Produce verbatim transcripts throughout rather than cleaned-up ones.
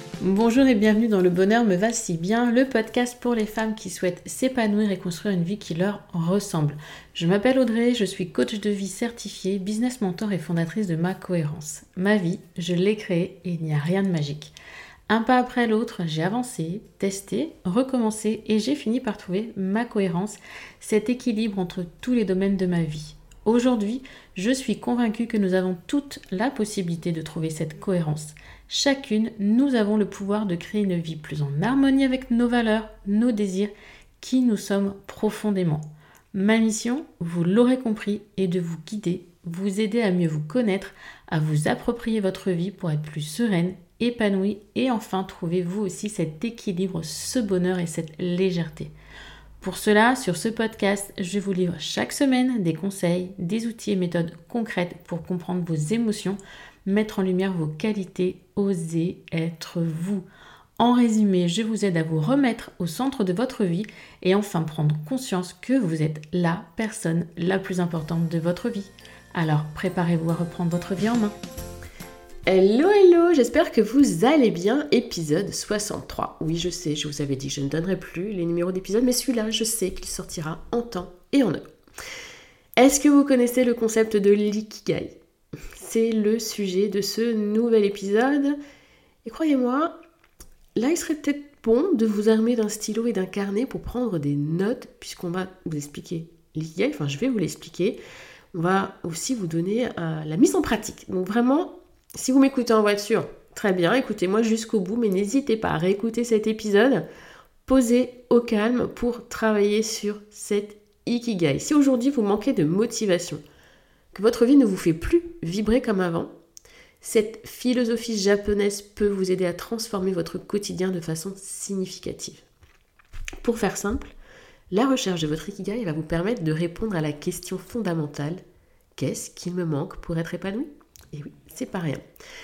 Bonjour et bienvenue dans Le Bonheur me va si bien, le podcast pour les femmes qui souhaitent s'épanouir et construire une vie qui leur ressemble. Je m'appelle Audrey, je suis coach de vie certifiée, business mentor et fondatrice de Ma Cohérence. Ma vie, je l'ai créée et il n'y a rien de magique. Un pas après l'autre, j'ai avancé, testé, recommencé et j'ai fini par trouver ma cohérence, cet équilibre entre tous les domaines de ma vie. Aujourd'hui, je suis convaincue que nous avons toute la possibilité de trouver cette cohérence. Chacune, nous avons le pouvoir de créer une vie plus en harmonie avec nos valeurs, nos désirs, qui nous sommes profondément. Ma mission, vous l'aurez compris, est de vous guider, vous aider à mieux vous connaître, à vous approprier votre vie pour être plus sereine, épanouie et enfin trouver vous aussi cet équilibre, ce bonheur et cette légèreté. Pour cela, sur ce podcast, je vous livre chaque semaine des conseils, des outils et méthodes concrètes pour comprendre vos émotions, mettre en lumière vos qualités, oser être vous. En résumé, je vous aide à vous remettre au centre de votre vie et enfin prendre conscience que vous êtes la personne la plus importante de votre vie. Alors préparez-vous à reprendre votre vie en main. Hello hello, j'espère que vous allez bien, épisode soixante-trois. Oui, je sais, je vous avais dit que je ne donnerais plus les numéros d'épisodes, mais celui-là, je sais qu'il sortira en temps et en heure. Est-ce que vous connaissez le concept de l'ikigai ? C'est le sujet de ce nouvel épisode. Et croyez-moi, là, il serait peut-être bon de vous armer d'un stylo et d'un carnet pour prendre des notes, puisqu'on va vous expliquer l'ikigai, enfin je vais vous l'expliquer. On va aussi vous donner euh, la mise en pratique. Donc vraiment, si vous m'écoutez en voiture, très bien, écoutez-moi jusqu'au bout, mais n'hésitez pas à réécouter cet épisode, posez au calme pour travailler sur cet ikigai. Si aujourd'hui vous manquez de motivation, que votre vie ne vous fait plus vibrer comme avant, cette philosophie japonaise peut vous aider à transformer votre quotidien de façon significative. Pour faire simple, la recherche de votre ikigai va vous permettre de répondre à la question fondamentale « Qu'est-ce qui me manque pour être épanoui ?» Et oui, c'est pas rien.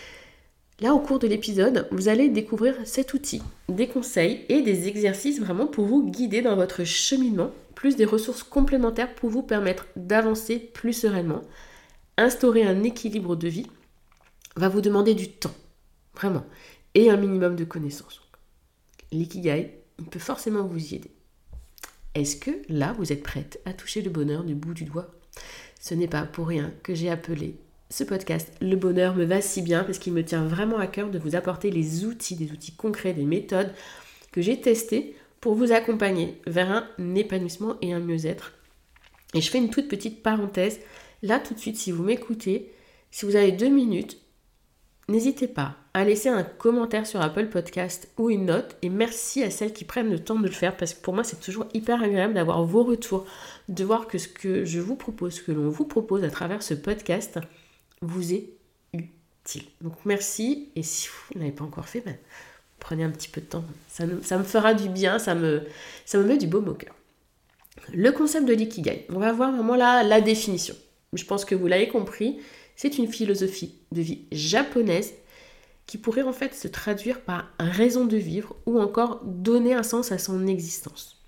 Là, au cours de l'épisode, vous allez découvrir cet outil, des conseils et des exercices vraiment pour vous guider dans votre cheminement, plus des ressources complémentaires pour vous permettre d'avancer plus sereinement. Instaurer un équilibre de vie va vous demander du temps, vraiment, et un minimum de connaissances. L'ikigai, il peut forcément vous y aider. Est-ce que là, vous êtes prête à toucher le bonheur du bout du doigt ? Ce n'est pas pour rien que j'ai appelé ce podcast « Le bonheur me va si bien » parce qu'il me tient vraiment à cœur de vous apporter les outils, des outils concrets, des méthodes que j'ai testées pour vous accompagner vers un épanouissement et un mieux-être. Et je fais une toute petite parenthèse. Là, tout de suite, si vous m'écoutez, si vous avez deux minutes, n'hésitez pas à laisser un commentaire sur Apple Podcast ou une note. Et merci à celles qui prennent le temps de le faire parce que pour moi, c'est toujours hyper agréable d'avoir vos retours, de voir que ce que je vous propose, ce que l'on vous propose à travers ce podcast vous est utile. Donc merci, et si vous n'avez pas encore fait, ben, prenez un petit peu de temps. Ça, ne, ça me fera du bien, ça me, ça me met du baume au cœur. Le concept de l'ikigai, on va voir vraiment la, la définition. Je pense que vous l'avez compris, c'est une philosophie de vie japonaise qui pourrait en fait se traduire par raison de vivre ou encore donner un sens à son existence.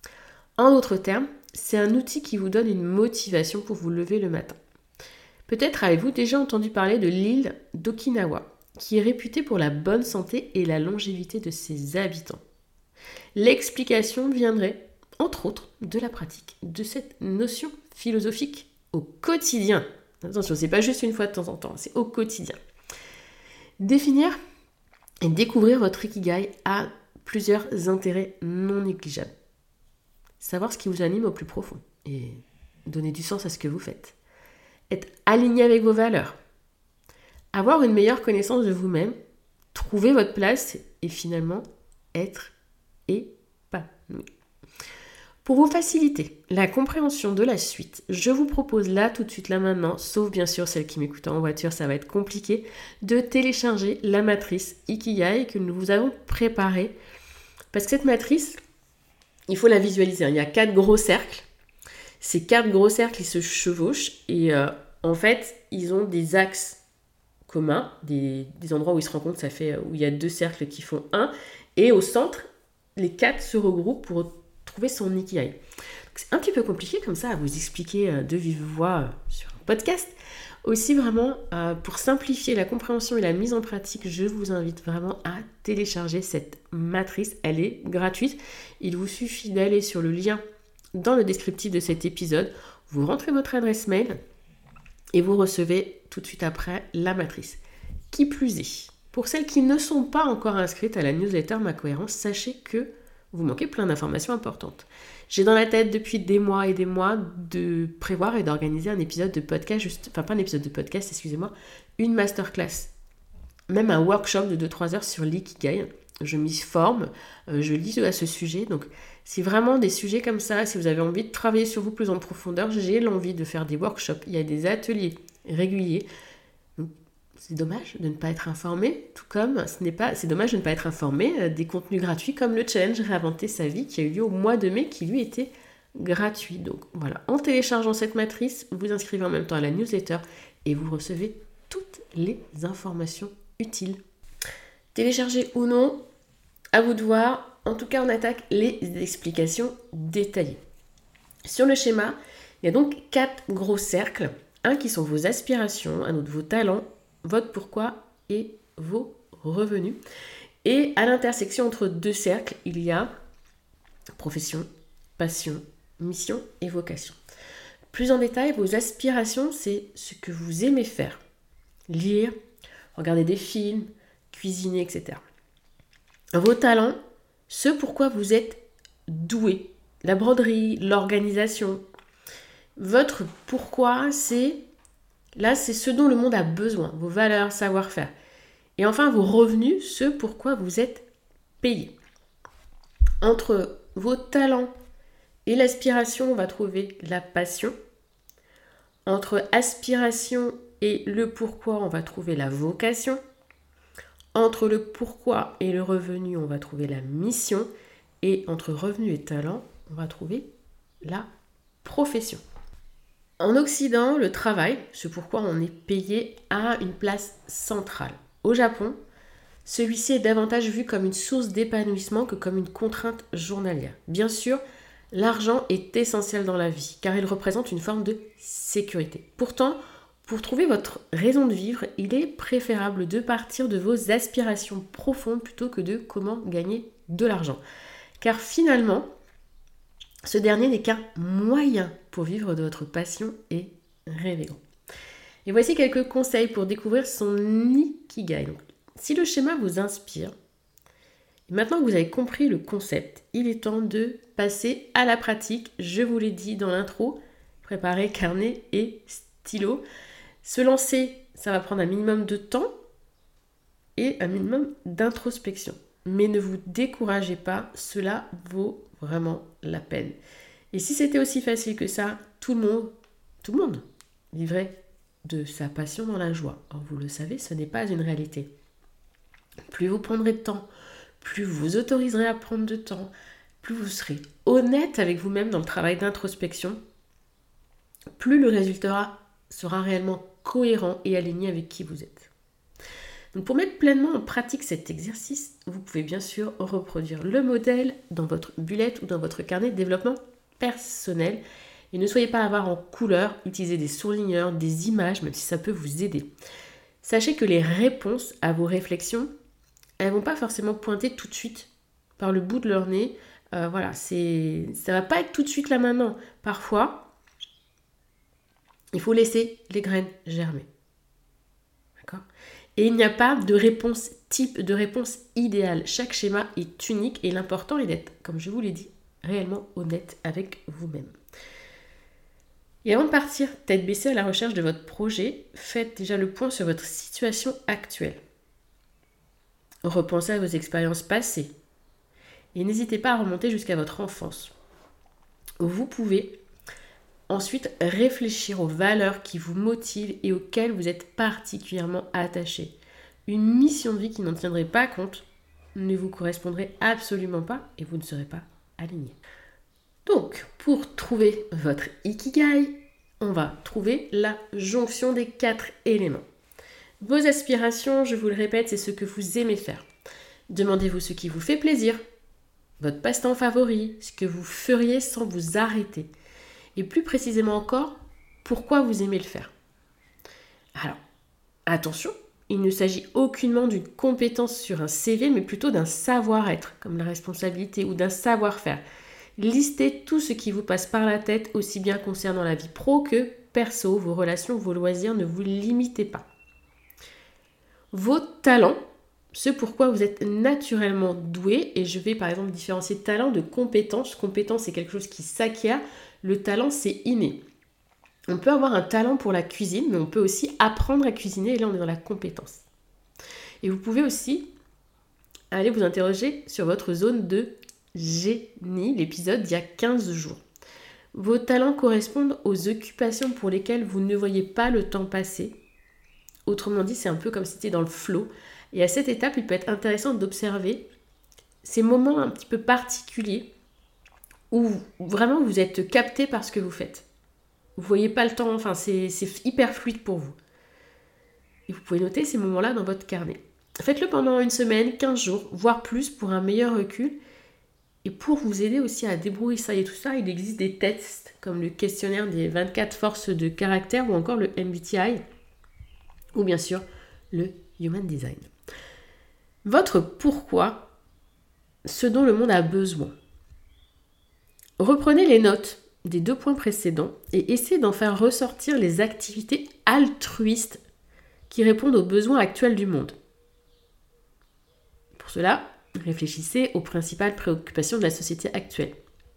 En d'autres termes, c'est un outil qui vous donne une motivation pour vous lever le matin. Peut-être avez-vous déjà entendu parler de l'île d'Okinawa, qui est réputée pour la bonne santé et la longévité de ses habitants. L'explication viendrait, entre autres, de la pratique de cette notion philosophique au quotidien. Attention, c'est pas juste une fois de temps en temps, c'est au quotidien. Définir et découvrir votre ikigai a plusieurs intérêts non négligeables. Savoir ce qui vous anime au plus profond et donner du sens à ce que vous faites. Être aligné avec vos valeurs, avoir une meilleure connaissance de vous-même, trouver votre place et finalement être épanoui. Pour vous faciliter la compréhension de la suite, je vous propose là, tout de suite, là maintenant, sauf bien sûr celles qui m'écoutent en voiture, ça va être compliqué, de télécharger la matrice Ikigai que nous vous avons préparée. Parce que cette matrice, il faut la visualiser. Il y a quatre gros cercles. Ces quatre gros cercles, ils se chevauchent et euh, en fait, ils ont des axes communs, des, des endroits où ils se rencontrent, ça fait où il y a deux cercles qui font un. Et au centre, les quatre se regroupent pour trouver son ikigai. Donc, c'est un petit peu compliqué comme ça à vous expliquer de vive voix sur un podcast. Aussi vraiment, euh, pour simplifier la compréhension et la mise en pratique, je vous invite vraiment à télécharger cette matrice. Elle est gratuite. Il vous suffit d'aller sur le lien dans le descriptif de cet épisode. Vous rentrez votre adresse mail et vous recevez tout de suite après la matrice. Qui plus est, pour celles qui ne sont pas encore inscrites à la newsletter Ma Cohérence, sachez que vous manquez plein d'informations importantes. J'ai dans la tête depuis des mois et des mois de prévoir et d'organiser un épisode de podcast, juste, enfin pas un épisode de podcast, excusez-moi, une masterclass, même un workshop de deux à trois heures sur l'ikigai. Je m'y forme, euh, je lis à ce sujet, donc si vraiment des sujets comme ça, si vous avez envie de travailler sur vous plus en profondeur, j'ai l'envie de faire des workshops, il y a des ateliers réguliers. Donc, c'est dommage de ne pas être informé, tout comme ce n'est pas, c'est dommage de ne pas être informé euh, des contenus gratuits comme le challenge Réinventer sa vie qui a eu lieu au mois de mai, qui lui était gratuit. Donc voilà, en téléchargeant cette matrice, vous inscrivez en même temps à la newsletter et vous recevez toutes les informations utiles. Téléchargez ou non, à vous de voir. En tout cas, on attaque les explications détaillées. Sur le schéma, il y a donc quatre gros cercles. Un qui sont vos aspirations, un autre vos talents, votre pourquoi et vos revenus. Et à l'intersection entre deux cercles, il y a profession, passion, mission et vocation. Plus en détail, vos aspirations, c'est ce que vous aimez faire. Lire, regarder des films, cuisiner, et cetera. Vos talents, ce pourquoi vous êtes doué. La broderie, l'organisation. Votre pourquoi, c'est... Là, c'est ce dont le monde a besoin, vos valeurs, savoir-faire. Et enfin, vos revenus, ce pourquoi vous êtes payé. Entre vos talents et l'aspiration, on va trouver la passion. Entre aspiration et le pourquoi, on va trouver la vocation. Entre le pourquoi et le revenu, on va trouver la mission. Et entre revenu et talent, on va trouver la profession. En Occident, le travail, ce pourquoi on est payé, a une place centrale. Au Japon, celui-ci est davantage vu comme une source d'épanouissement que comme une contrainte journalière. Bien sûr, l'argent est essentiel dans la vie, car il représente une forme de sécurité. Pourtant, pour trouver votre raison de vivre, il est préférable de partir de vos aspirations profondes plutôt que de comment gagner de l'argent. Car finalement, ce dernier n'est qu'un moyen pour vivre de votre passion et rêver grand. Et voici quelques conseils pour découvrir son ikigai. Donc, si le schéma vous inspire, et maintenant que vous avez compris le concept, il est temps de passer à la pratique. Je vous l'ai dit dans l'intro, préparez carnet et stylo. Se lancer, ça va prendre un minimum de temps et un minimum d'introspection. Mais ne vous découragez pas, cela vaut vraiment la peine. Et si c'était aussi facile que ça, tout le monde, tout le monde vivrait de sa passion dans la joie. Or, vous le savez, ce n'est pas une réalité. Plus vous prendrez de temps, plus vous vous autoriserez à prendre de temps, plus vous serez honnête avec vous-même dans le travail d'introspection, plus le résultat sera réellement cohérent et aligné avec qui vous êtes. Donc pour mettre pleinement en pratique cet exercice, vous pouvez bien sûr reproduire le modèle dans votre bullet ou dans votre carnet de développement personnel. Et ne soyez pas avare en couleurs, utilisez des surligneurs, des images, même si ça peut vous aider. Sachez que les réponses à vos réflexions, elles ne vont pas forcément pointer tout de suite par le bout de leur nez. Euh, voilà, c'est, ça ne va pas être tout de suite là maintenant. Parfois, il faut laisser les graines germer. D'accord ? Et il n'y a pas de réponse type, de réponse idéale. Chaque schéma est unique et l'important est d'être, comme je vous l'ai dit, réellement honnête avec vous-même. Et avant de partir tête baissée à la recherche de votre projet, faites déjà le point sur votre situation actuelle. Repensez à vos expériences passées et n'hésitez pas à remonter jusqu'à votre enfance. Vous pouvez ensuite réfléchir aux valeurs qui vous motivent et auxquelles vous êtes particulièrement attaché. Une mission de vie qui n'en tiendrait pas compte ne vous correspondrait absolument pas et vous ne serez pas aligné. Donc, pour trouver votre ikigai, on va trouver la jonction des quatre éléments. Vos aspirations, je vous le répète, c'est ce que vous aimez faire. Demandez-vous ce qui vous fait plaisir, votre passe-temps favori, ce que vous feriez sans vous arrêter. Et plus précisément encore, pourquoi vous aimez le faire. Alors, attention, il ne s'agit aucunement d'une compétence sur un C V, mais plutôt d'un savoir-être, comme la responsabilité ou d'un savoir-faire. Listez tout ce qui vous passe par la tête, aussi bien concernant la vie pro que perso, vos relations, vos loisirs, ne vous limitez pas. Vos talents, ce pourquoi vous êtes naturellement doué, et je vais par exemple différencier talent de compétence. Compétence, c'est quelque chose qui s'acquiert, le talent, c'est inné. On peut avoir un talent pour la cuisine, mais on peut aussi apprendre à cuisiner, et là on est dans la compétence. Et vous pouvez aussi aller vous interroger sur votre zone de génie, l'épisode d'il y a quinze jours. Vos talents correspondent aux occupations pour lesquelles vous ne voyez pas le temps passer. Autrement dit, c'est un peu comme si c'était dans le flow. Et à cette étape, il peut être intéressant d'observer ces moments un petit peu particuliers où vraiment vous êtes capté par ce que vous faites. Vous ne voyez pas le temps, enfin c'est, c'est hyper fluide pour vous. Et vous pouvez noter ces moments-là dans votre carnet. Faites-le pendant une semaine, quinze jours, voire plus pour un meilleur recul. Et pour vous aider aussi à débrouiller tout ça, il existe des tests comme le questionnaire des vingt-quatre forces de caractère ou encore le M B T I ou bien sûr le Human Design. Votre pourquoi, ce dont le monde a besoin. Reprenez les notes des deux points précédents et essayez d'en faire ressortir les activités altruistes qui répondent aux besoins actuels du monde. Pour cela, réfléchissez aux principales préoccupations de la société actuelle.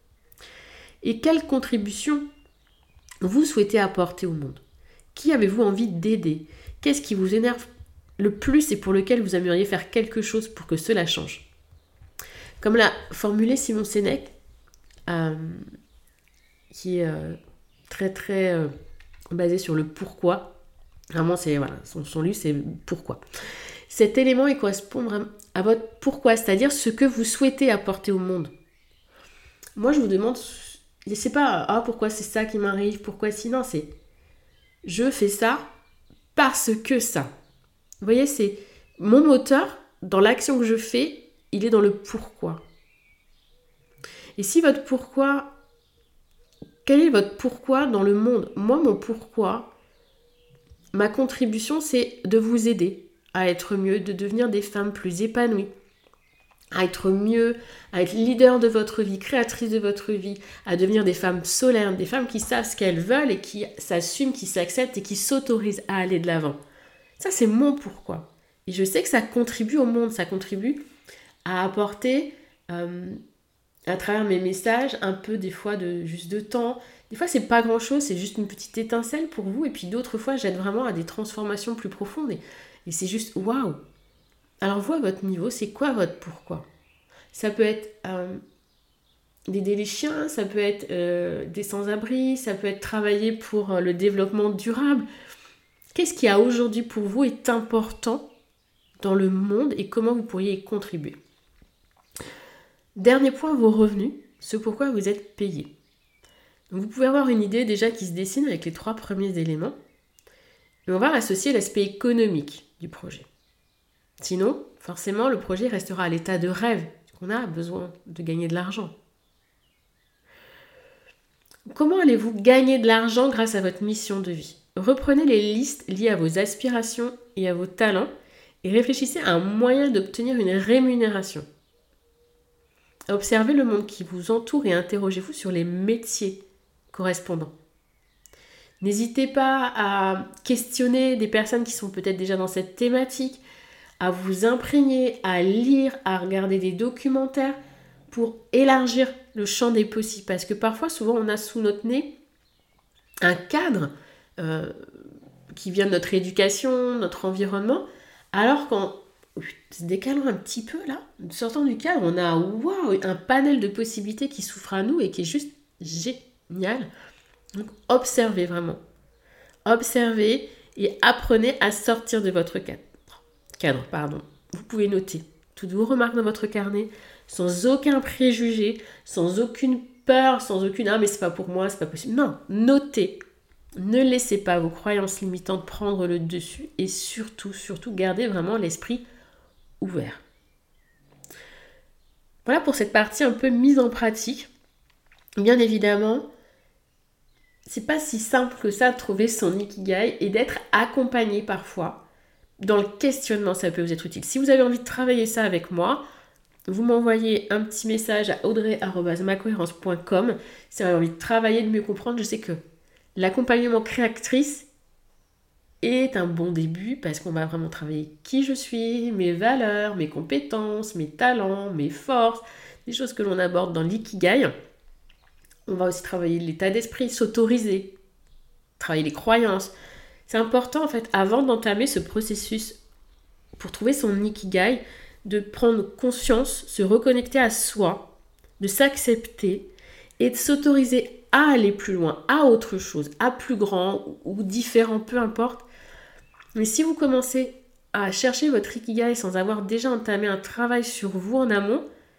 Et quelle contribution vous souhaitez apporter au monde ? Qui avez-vous envie d'aider ? Qu'est-ce qui vous énerve le plus et pour lequel vous aimeriez faire quelque chose pour que cela change ? Comme l'a formulé Simon Sénèque, euh, qui est euh, très très euh, basé sur le pourquoi. Vraiment, c'est, voilà, son, son livre, c'est pourquoi. Cet élément, il correspond à votre pourquoi, c'est-à-dire ce que vous souhaitez apporter au monde. Moi, je vous demande, c'est pas ah, pourquoi c'est ça qui m'arrive, pourquoi sinon, c'est je fais ça parce que ça. Vous voyez, c'est mon moteur, dans l'action que je fais, il est dans le pourquoi. Et si votre pourquoi, quel est votre pourquoi dans le monde ? Moi, mon pourquoi, ma contribution, c'est de vous aider à être mieux, de devenir des femmes plus épanouies, à être mieux, à être leader de votre vie, créatrice de votre vie, à devenir des femmes solaires, des femmes qui savent ce qu'elles veulent et qui s'assument, qui s'acceptent et qui s'autorisent à aller de l'avant. Ça, c'est mon pourquoi. Et je sais que ça contribue au monde, ça contribue à apporter, euh, à travers mes messages, un peu des fois de juste de temps. Des fois, c'est pas grand-chose, c'est juste une petite étincelle pour vous. Et puis d'autres fois, j'aide vraiment à des transformations plus profondes. Et, et c'est juste waouh. Alors vous, à votre niveau, c'est quoi votre pourquoi ? Ça peut être euh, d'aider les chiens, ça peut être euh, des sans-abri, ça peut être travailler pour euh, le développement durable. Qu'est-ce qui a aujourd'hui pour vous est important dans le monde et comment vous pourriez y contribuer ? Dernier point, vos revenus, ce pourquoi vous êtes payé. Donc vous pouvez avoir une idée déjà qui se dessine avec les trois premiers éléments. Et on va associer l'aspect économique du projet. Sinon, forcément, le projet restera à l'état de rêve, qu'on a besoin de gagner de l'argent. Comment allez-vous gagner de l'argent grâce à votre mission de vie ? Reprenez les listes liées à vos aspirations et à vos talents et réfléchissez à un moyen d'obtenir une rémunération. Observez le monde qui vous entoure et interrogez-vous sur les métiers correspondants. N'hésitez pas à questionner des personnes qui sont peut-être déjà dans cette thématique, à vous imprégner, à lire, à regarder des documentaires pour élargir le champ des possibles. Parce que parfois, souvent, on a sous notre nez un cadre euh, qui vient de notre éducation, notre environnement, alors qu'en se décalant un petit peu là, sortant du cadre, on a waouh, un panel de possibilités qui s'offre à nous et qui est juste génial. Donc observez vraiment. Observez et apprenez à sortir de votre cadre. cadre pardon. Vous pouvez noter toutes vos remarques dans votre carnet sans aucun préjugé, sans aucune peur, sans aucune « ah mais c'est pas pour moi, c'est pas possible ». Non, notez. Ne laissez pas vos croyances limitantes prendre le dessus et surtout, surtout, gardez vraiment l'esprit ouvert. Voilà pour cette partie un peu mise en pratique. Bien évidemment, c'est pas si simple que ça de trouver son ikigai et d'être accompagné parfois dans le questionnement, ça peut vous être utile. Si vous avez envie de travailler ça avec moi, vous m'envoyez un petit message à audrey arobase ma cohérence point com si vous avez envie de travailler, de mieux comprendre. Je sais que l'accompagnement créatrice est un bon début parce qu'on va vraiment travailler qui je suis, mes valeurs, mes compétences, mes talents, mes forces, des choses que l'on aborde dans l'ikigai. On va aussi travailler l'état d'esprit, s'autoriser, travailler les croyances. C'est important en fait, avant d'entamer ce processus pour trouver son ikigai, de prendre conscience, se reconnecter à soi, de s'accepter et de s'autoriser à aller plus loin, à autre chose, à plus grand ou différent, peu importe. Mais si vous commencez à chercher votre ikigai sans avoir déjà entamé un travail sur vous en amont,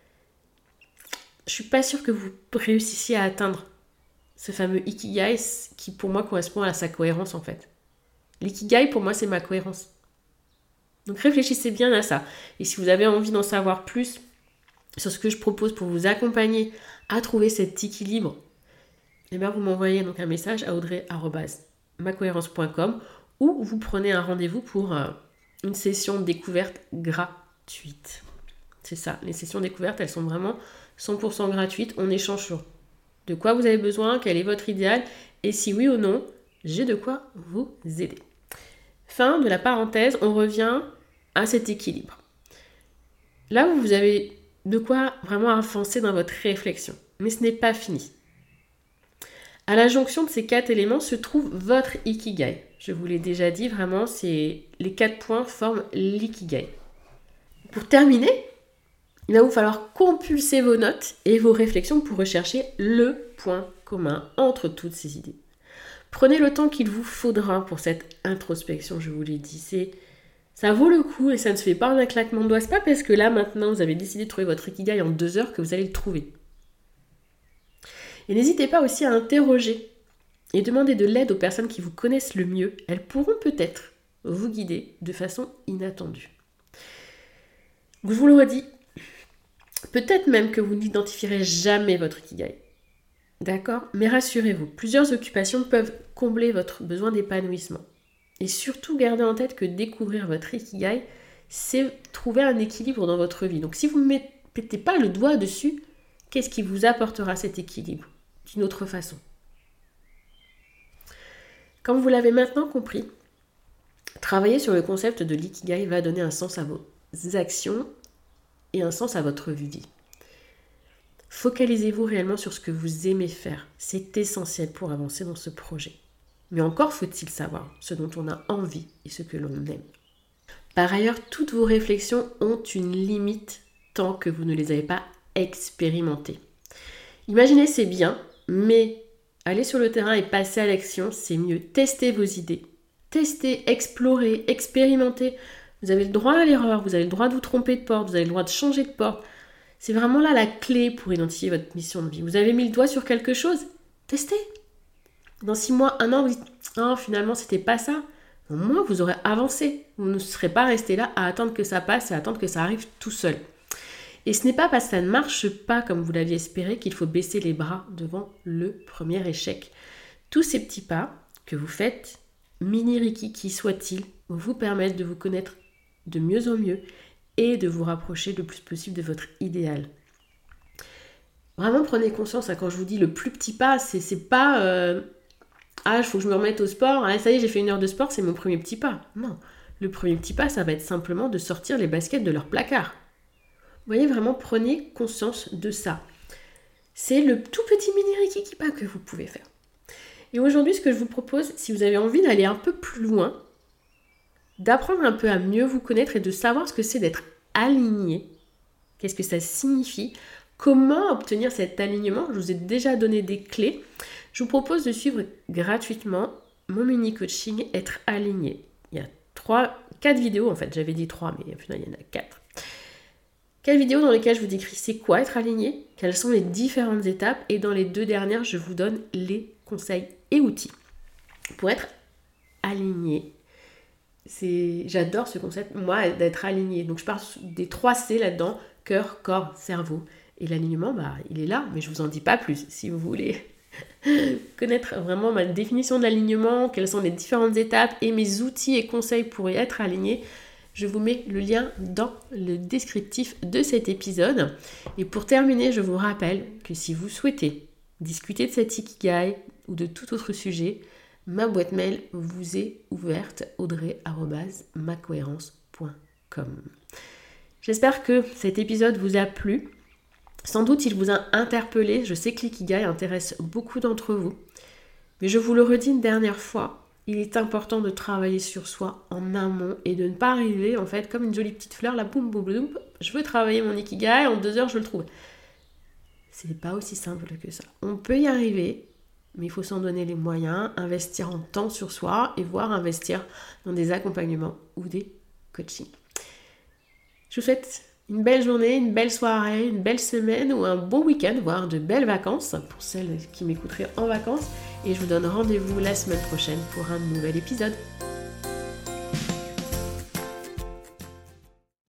je suis pas sûre que vous réussissiez à atteindre ce fameux ikigai qui pour moi correspond à sa cohérence en fait. L'ikigai pour moi c'est ma cohérence. Donc réfléchissez bien à ça. Et si vous avez envie d'en savoir plus sur ce que je propose pour vous accompagner à trouver cet équilibre, eh bien vous m'envoyez donc un message à audrey arobase ma cohérence point com ou vous prenez un rendez-vous pour euh, une session de découverte gratuite. C'est ça, les sessions découvertes, elles sont vraiment cent pour cent gratuites. On échange sur de quoi vous avez besoin, quel est votre idéal, et si oui ou non, j'ai de quoi vous aider. Fin de la parenthèse, on revient à cet équilibre. Là où vous avez de quoi vraiment avancer dans votre réflexion, mais ce n'est pas fini. À la jonction de ces quatre éléments se trouve votre ikigai. Je vous l'ai déjà dit, vraiment, c'est les quatre points forment l'ikigai. Pour terminer, il va vous falloir compulser vos notes et vos réflexions pour rechercher le point commun entre toutes ces idées. Prenez le temps qu'il vous faudra pour cette introspection, je vous l'ai dit. C'est, ça vaut le coup et ça ne se fait pas en un claquement de doigts. C'est pas parce que là, maintenant, vous avez décidé de trouver votre ikigai en deux heures que vous allez le trouver. Et n'hésitez pas aussi à interroger et demander de l'aide aux personnes qui vous connaissent le mieux. Elles pourront peut-être vous guider de façon inattendue. Je vous le redis, peut-être même que vous n'identifierez jamais votre ikigai. D'accord ? Mais rassurez-vous, plusieurs occupations peuvent combler votre besoin d'épanouissement. Et surtout, gardez en tête que découvrir votre ikigai, c'est trouver un équilibre dans votre vie. Donc si vous ne mettez pas le doigt dessus, qu'est-ce qui vous apportera cet équilibre d'une autre façon ? Comme vous l'avez maintenant compris, travailler sur le concept de l'ikigai va donner un sens à vos actions et un sens à votre vie. Focalisez-vous réellement sur ce que vous aimez faire. C'est essentiel pour avancer dans ce projet. Mais encore faut-il savoir ce dont on a envie et ce que l'on aime. Par ailleurs, toutes vos réflexions ont une limite tant que vous ne les avez pas expérimentées. Imaginer, c'est bien, mais aller sur le terrain et passer à l'action, c'est mieux. Testez vos idées. Testez, explorez, expérimentez. Vous avez le droit à l'erreur, vous avez le droit de vous tromper de porte, vous avez le droit de changer de porte. C'est vraiment là la clé pour identifier votre mission de vie. Vous avez mis le doigt sur quelque chose, testez. Dans six mois, un an, vous dites « Ah, finalement, c'était pas ça ». Au moins, vous aurez avancé. Vous ne serez pas resté là à attendre que ça passe et à attendre que ça arrive tout seul. Et ce n'est pas parce que ça ne marche pas comme vous l'aviez espéré qu'il faut baisser les bras devant le premier échec. Tous ces petits pas que vous faites, mini rikiki soient-ils, vous permettent de vous connaître de mieux en mieux et de vous rapprocher le plus possible de votre idéal. Vraiment, prenez conscience, hein, quand je vous dis le plus petit pas, c'est, c'est pas euh, « Ah, il faut que je me remette au sport, ah, ça y est, j'ai fait une heure de sport, c'est mon premier petit pas ». Non, le premier petit pas, ça va être simplement de sortir les baskets de leur placard. Vous voyez, vraiment, prenez conscience de ça. C'est le tout petit mini rikiki pas que vous pouvez faire. Et aujourd'hui, ce que je vous propose, si vous avez envie d'aller un peu plus loin, d'apprendre un peu à mieux vous connaître et de savoir ce que c'est d'être aligné. Qu'est-ce que ça signifie ? Comment obtenir cet alignement ? Je vous ai déjà donné des clés. Je vous propose de suivre gratuitement mon mini-coaching « Être aligné ». Il y a trois, quatre vidéos, en fait, j'avais dit trois, mais au final, il y en a quatre. Quatre vidéos dans lesquelles je vous décris c'est quoi être aligné, quelles sont les différentes étapes, et dans les deux dernières, je vous donne les conseils et outils pour être aligné. C'est, j'adore ce concept, moi, d'être aligné. Donc, je parle des trois C là-dedans, cœur, corps, cerveau. Et l'alignement, bah, il est là, mais je vous en dis pas plus. Si vous voulez connaître vraiment ma définition de l'alignement, quelles sont les différentes étapes et mes outils et conseils pour y être aligné, je vous mets le lien dans le descriptif de cet épisode. Et pour terminer, je vous rappelle que si vous souhaitez discuter de cet Ikigai ou de tout autre sujet, ma boîte mail vous est ouverte, audrey arobase ma cohérence point com. J'espère que cet épisode vous a plu. Sans doute il vous a interpellé, je sais que l'Ikigai intéresse beaucoup d'entre vous. Mais je vous le redis une dernière fois, il est important de travailler sur soi en amont et de ne pas arriver en fait comme une jolie petite fleur, là boum boum boum, je veux travailler mon Ikigai, en deux heures je le trouve. C'est pas aussi simple que ça. On peut y arriver, mais il faut s'en donner les moyens, investir en temps sur soi et voire investir dans des accompagnements ou des coachings. Je vous souhaite une belle journée, une belle soirée, une belle semaine ou un bon week-end, voire de belles vacances pour celles qui m'écouteraient en vacances. Et je vous donne rendez-vous la semaine prochaine pour un nouvel épisode.